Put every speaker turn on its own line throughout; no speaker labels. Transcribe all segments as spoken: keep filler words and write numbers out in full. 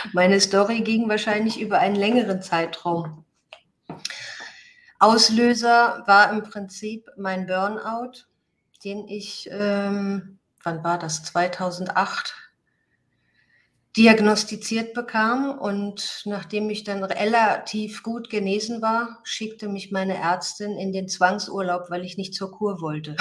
Meine Story ging wahrscheinlich über einen längeren Zeitraum. Auslöser war im Prinzip mein Burnout, den ich, ähm, wann war das, zweitausendacht diagnostiziert bekam, und nachdem ich dann relativ gut genesen war, schickte mich meine Ärztin in den Zwangsurlaub, weil ich nicht zur Kur wollte.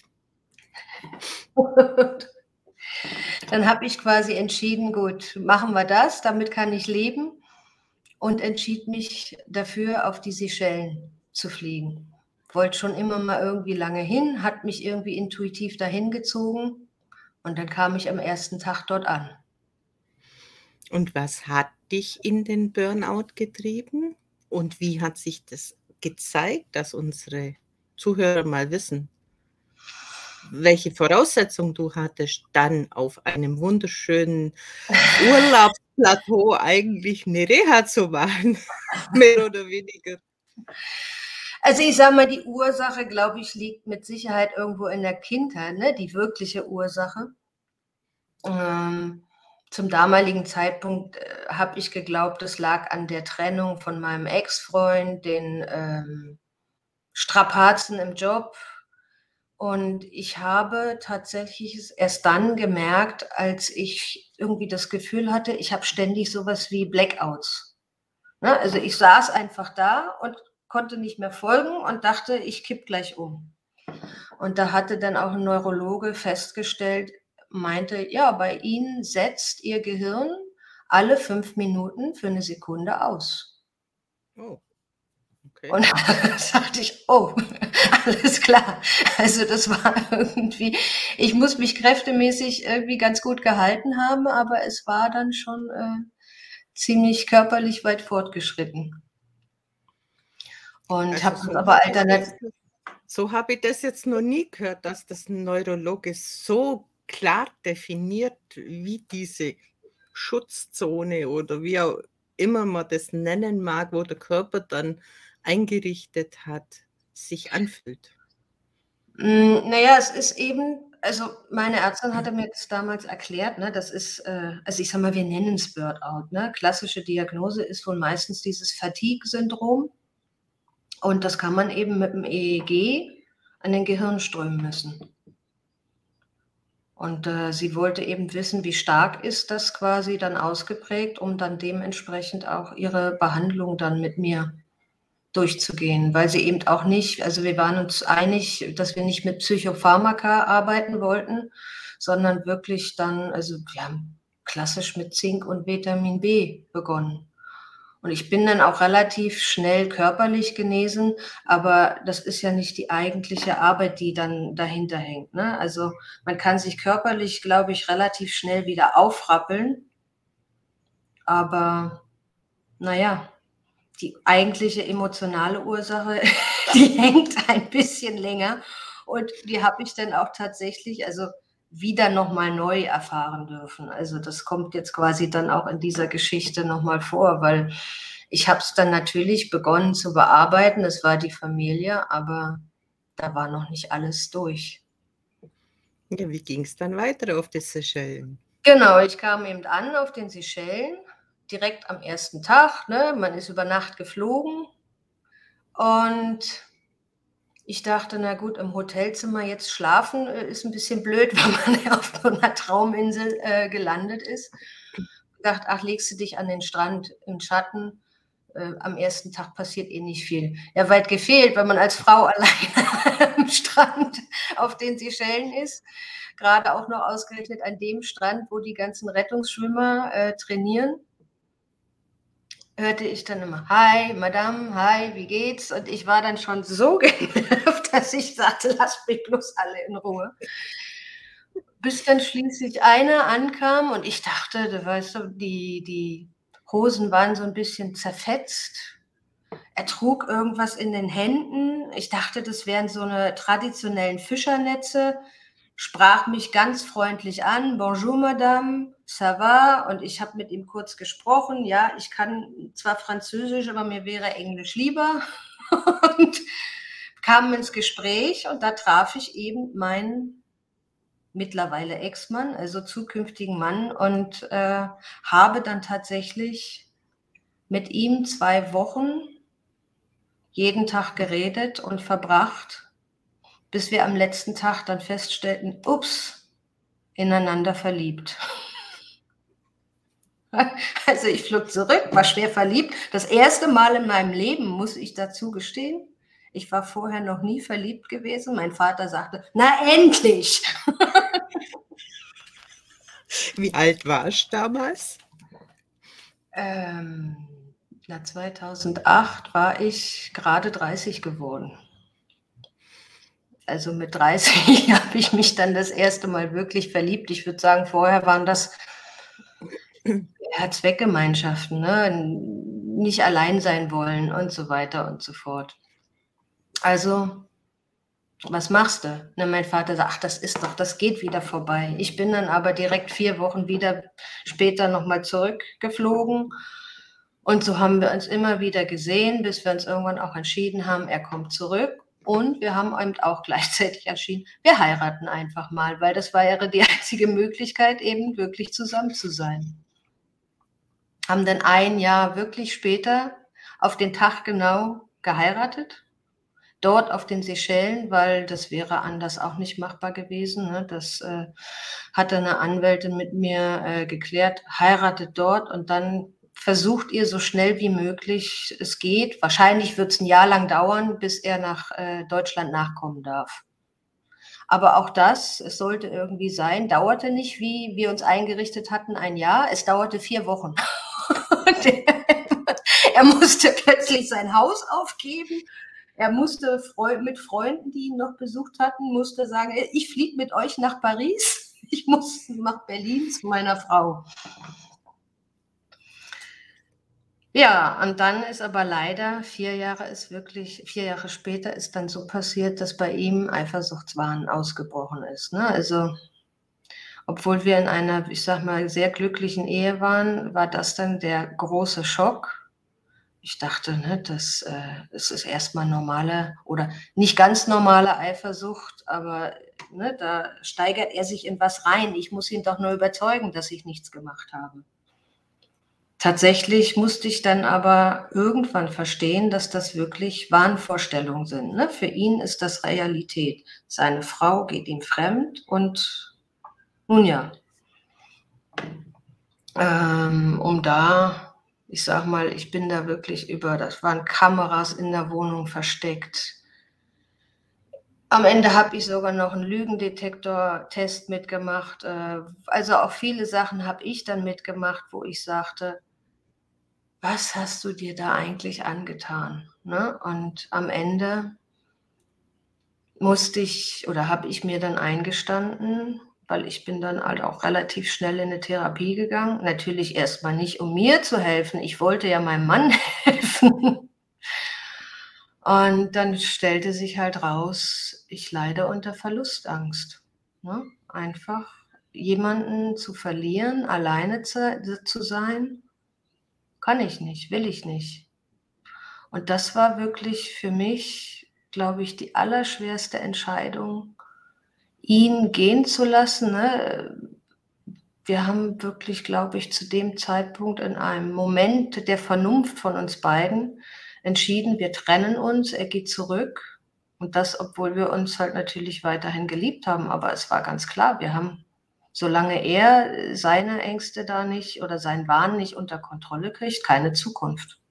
Dann habe ich quasi entschieden, gut, machen wir das, damit kann ich leben, und entschied mich dafür, auf die Seychellen zu fliegen. Wollte schon immer mal irgendwie lange hin, hat mich irgendwie intuitiv dahin gezogen, und dann kam ich am ersten Tag dort an.
Und was hat dich in den Burnout getrieben? Und wie hat sich das gezeigt, dass unsere Zuhörer mal wissen, welche Voraussetzungen du hattest, dann auf einem wunderschönen Urlaubsplateau eigentlich 'ne Reha zu machen, mehr oder weniger?
Also, ich sage mal, die Ursache, glaube ich, liegt mit Sicherheit irgendwo in der Kindheit, ne, die wirkliche Ursache. Ähm, zum damaligen Zeitpunkt, äh, habe ich geglaubt, es lag an der Trennung von meinem Ex-Freund, den, ähm, Strapazen im Job. Und ich habe tatsächlich es erst dann gemerkt, als ich irgendwie das Gefühl hatte, ich habe ständig so was wie Blackouts, ne? Also, ich saß einfach da und konnte nicht mehr folgen und dachte, ich kippe gleich um. Und da hatte dann auch 'n Neurologe festgestellt, meinte: „Ja, bei Ihnen setzt Ihr Gehirn alle fünf Minuten für 'ne Sekunde aus.“
Oh, okay.
Und da sagte ich: „Oh, alles klar.“ Also, das war irgendwie, ich muss mich kräftemäßig irgendwie ganz gut gehalten haben, aber es war dann schon, äh, ziemlich körperlich weit fortgeschritten. Und
Also,
habe das
so
aber
habe ich
alternat
das so habe ich das jetzt noch nie gehört, dass das 'n Neurologe so klar definiert, wie diese Schutzzone oder wie auch immer man das nennen mag, wo der Körper dann eingerichtet hat, sich anfühlt.
Hm, na ja, es ist eben, also, meine Ärztin hatte mir das damals erklärt, ne, das ist, äh also, ich sage mal, wir nennen's Burnout, ne? Klassische Diagnose ist wohl meistens dieses Fatigue-Syndrom. Und das kann man eben mit'm E E G an den Gehirnströmen messen. Und, äh, sie wollte eben wissen, wie stark ist das quasi dann ausgeprägt, um dann dementsprechend auch ihre Behandlung dann mit mir durchzugehen, weil sie eben auch nicht, also, wir waren uns einig, dass wir nicht mit Psychopharmaka arbeiten wollten, sondern wirklich dann, also, wir haben klassisch mit Zink und Vitamin B begonnen. Und ich bin dann auch relativ schnell körperlich genesen, aber das ist ja nicht die eigentliche Arbeit, die dann dahinter hängt, ne? Also, man kann sich körperlich, glaube ich, relativ schnell wieder aufrappeln aber na ja, die eigentliche emotionale Ursache, die hängt ein bisschen länger, und die habe ich dann auch tatsächlich, also, wieder noch mal neu erfahren dürfen. Also, das kommt jetzt quasi dann auch in dieser Geschichte noch mal vor, weil ich habe es dann natürlich begonnen zu bearbeiten. Es war die Familie, aber da war noch nicht alles durch.
Ja, wie ging's dann weiter auf die Seychellen?
Genau, ich kam eben an auf den Seychellen, direkt am ersten Tag, ne? Man ist über Nacht geflogen. Und ich dachte: „Na gut, im Hotelzimmer jetzt schlafen, äh, ist 'n bisschen blöd, wenn man auf so 'ner Trauminsel, äh, gelandet ist.“ Gedacht: „Ach, legst du dich an den Strand in Schatten, äh, am ersten Tag passiert eh nicht viel.“ Ja, weit gefehlt, wenn man als Frau alleine am Strand auf den Seychellen ist, grade auch noch ausgerechnet an dem Strand, wo die ganzen Rettungsschwimmer, äh, trainieren. Hörte ich dann immer: „Hi, Madame, hi, wie geht's?“ Und ich war dann schon so genervt, dass ich sagte: „Lasst mich bloß alle in Ruhe.“ Bis dann schließlich einer ankam und ich dachte, du weißt du, die die Hosen waren so 'n bisschen zerfetzt. Er trug irgendwas in den Händen. Ich dachte, das wären so 'ne traditionellen Fischernetze, sprach mich ganz freundlich an: „Bonjour Madame, ça va?“ Und ich habe mit ihm kurz gesprochen. Ja, ich kann zwar Französisch, aber mir wäre Englisch lieber und kamen ins Gespräch und da traf ich eben meinen mittlerweile Ex-Mann, also zukünftigen Mann, und äh, habe dann tatsächlich mit ihm zwei Wochen jeden Tag geredet und verbracht, bis wir am letzten Tag dann feststellten, ups, ineinander verliebt. Also ich flog zurück, war schwer verliebt. Das erste Mal in meinem Leben, muss ich dazu gestehen. Ich war vorher noch nie verliebt gewesen. Mein Vater sagte, na endlich!
Wie alt warst du damals?
Ähm, na, zweitausendacht war ich gerade dreißig geworden. Also mit dreißig habe ich mich dann das erste Mal wirklich verliebt. Ich würde sagen, vorher waren das ja, Zweckgemeinschaften, ne? Nicht allein sein wollen und so weiter und so fort. Also, was machst du? Ne, mein Vater sagt, ach, das ist doch, das geht wieder vorbei. Ich bin dann aber direkt vier Wochen wieder später nochmal zurückgeflogen. Und so haben wir uns immer wieder gesehen, bis wir uns irgendwann auch entschieden haben, er kommt zurück. Und wir haben eben auch gleichzeitig entschieden, wir heiraten einfach mal, weil das war ja die einzige Möglichkeit, eben wirklich zusammen zu sein. Haben dann ein Jahr wirklich später auf den Tag genau geheiratet. Dort auf den Seychellen, weil das wäre anders auch nicht machbar gewesen. Ne? Das äh, hatte eine Anwältin mit mir äh, geklärt, heiratet dort und dann versucht ihr so schnell wie möglich, es geht. Wahrscheinlich wird es ein Jahr lang dauern, bis er nach äh, Deutschland nachkommen darf. Aber auch das, es sollte irgendwie sein, dauerte nicht, wie wir uns eingerichtet hatten, ein Jahr. Es dauerte vier Wochen. Und er, er musste plötzlich sein Haus aufgeben. Er musste mit Freunden, die ihn noch besucht hatten, musste sagen, ich fliege mit euch nach Paris. Ich muss nach Berlin zu meiner Frau. Ja, und dann ist aber leider, vier Jahre ist wirklich, vier Jahre später ist dann so passiert, dass bei ihm Eifersuchtswahn ausgebrochen ist. Ne? Also, obwohl wir in einer, ich sag mal, sehr glücklichen Ehe waren, war das dann der große Schock. Ich dachte, ne, das, äh, das ist erstmal normale oder nicht ganz normale Eifersucht, aber ne, da steigert er sich in was rein. Ich muss ihn doch nur überzeugen, dass ich nichts gemacht habe. Tatsächlich musste ich dann aber irgendwann verstehen, dass das wirklich Wahnvorstellungen sind. Ne? Für ihn ist das Realität. Seine Frau geht ihm fremd und nun ja, ähm, um da, ich sag mal, ich bin da wirklich über, das waren Kameras in der Wohnung versteckt. Am Ende habe ich sogar noch einen Lügendetektor-Test mitgemacht. Also auch viele Sachen habe ich dann mitgemacht, wo ich sagte, was hast du dir da eigentlich angetan? Ne? Und am Ende musste ich oder habe ich mir dann eingestanden, weil ich bin dann halt auch relativ schnell in eine Therapie gegangen. Natürlich erstmal nicht, um mir zu helfen. Ich wollte ja meinem Mann helfen. Und dann stellte sich halt raus, ich leide unter Verlustangst. Ne? Einfach jemanden zu verlieren, alleine zu, zu sein, kann ich nicht, will ich nicht. Und das war wirklich für mich, glaube ich, die allerschwerste Entscheidung, ihn gehen zu lassen. Ne? Wir haben wirklich, glaube ich, zu dem Zeitpunkt in einem Moment der Vernunft von uns beiden entschieden, wir trennen uns, er geht zurück. Und das, obwohl wir uns halt natürlich weiterhin geliebt haben. Aber es war ganz klar, wir haben, solange er seine Ängste da nicht oder seinen Wahn nicht unter Kontrolle kriegt, keine Zukunft.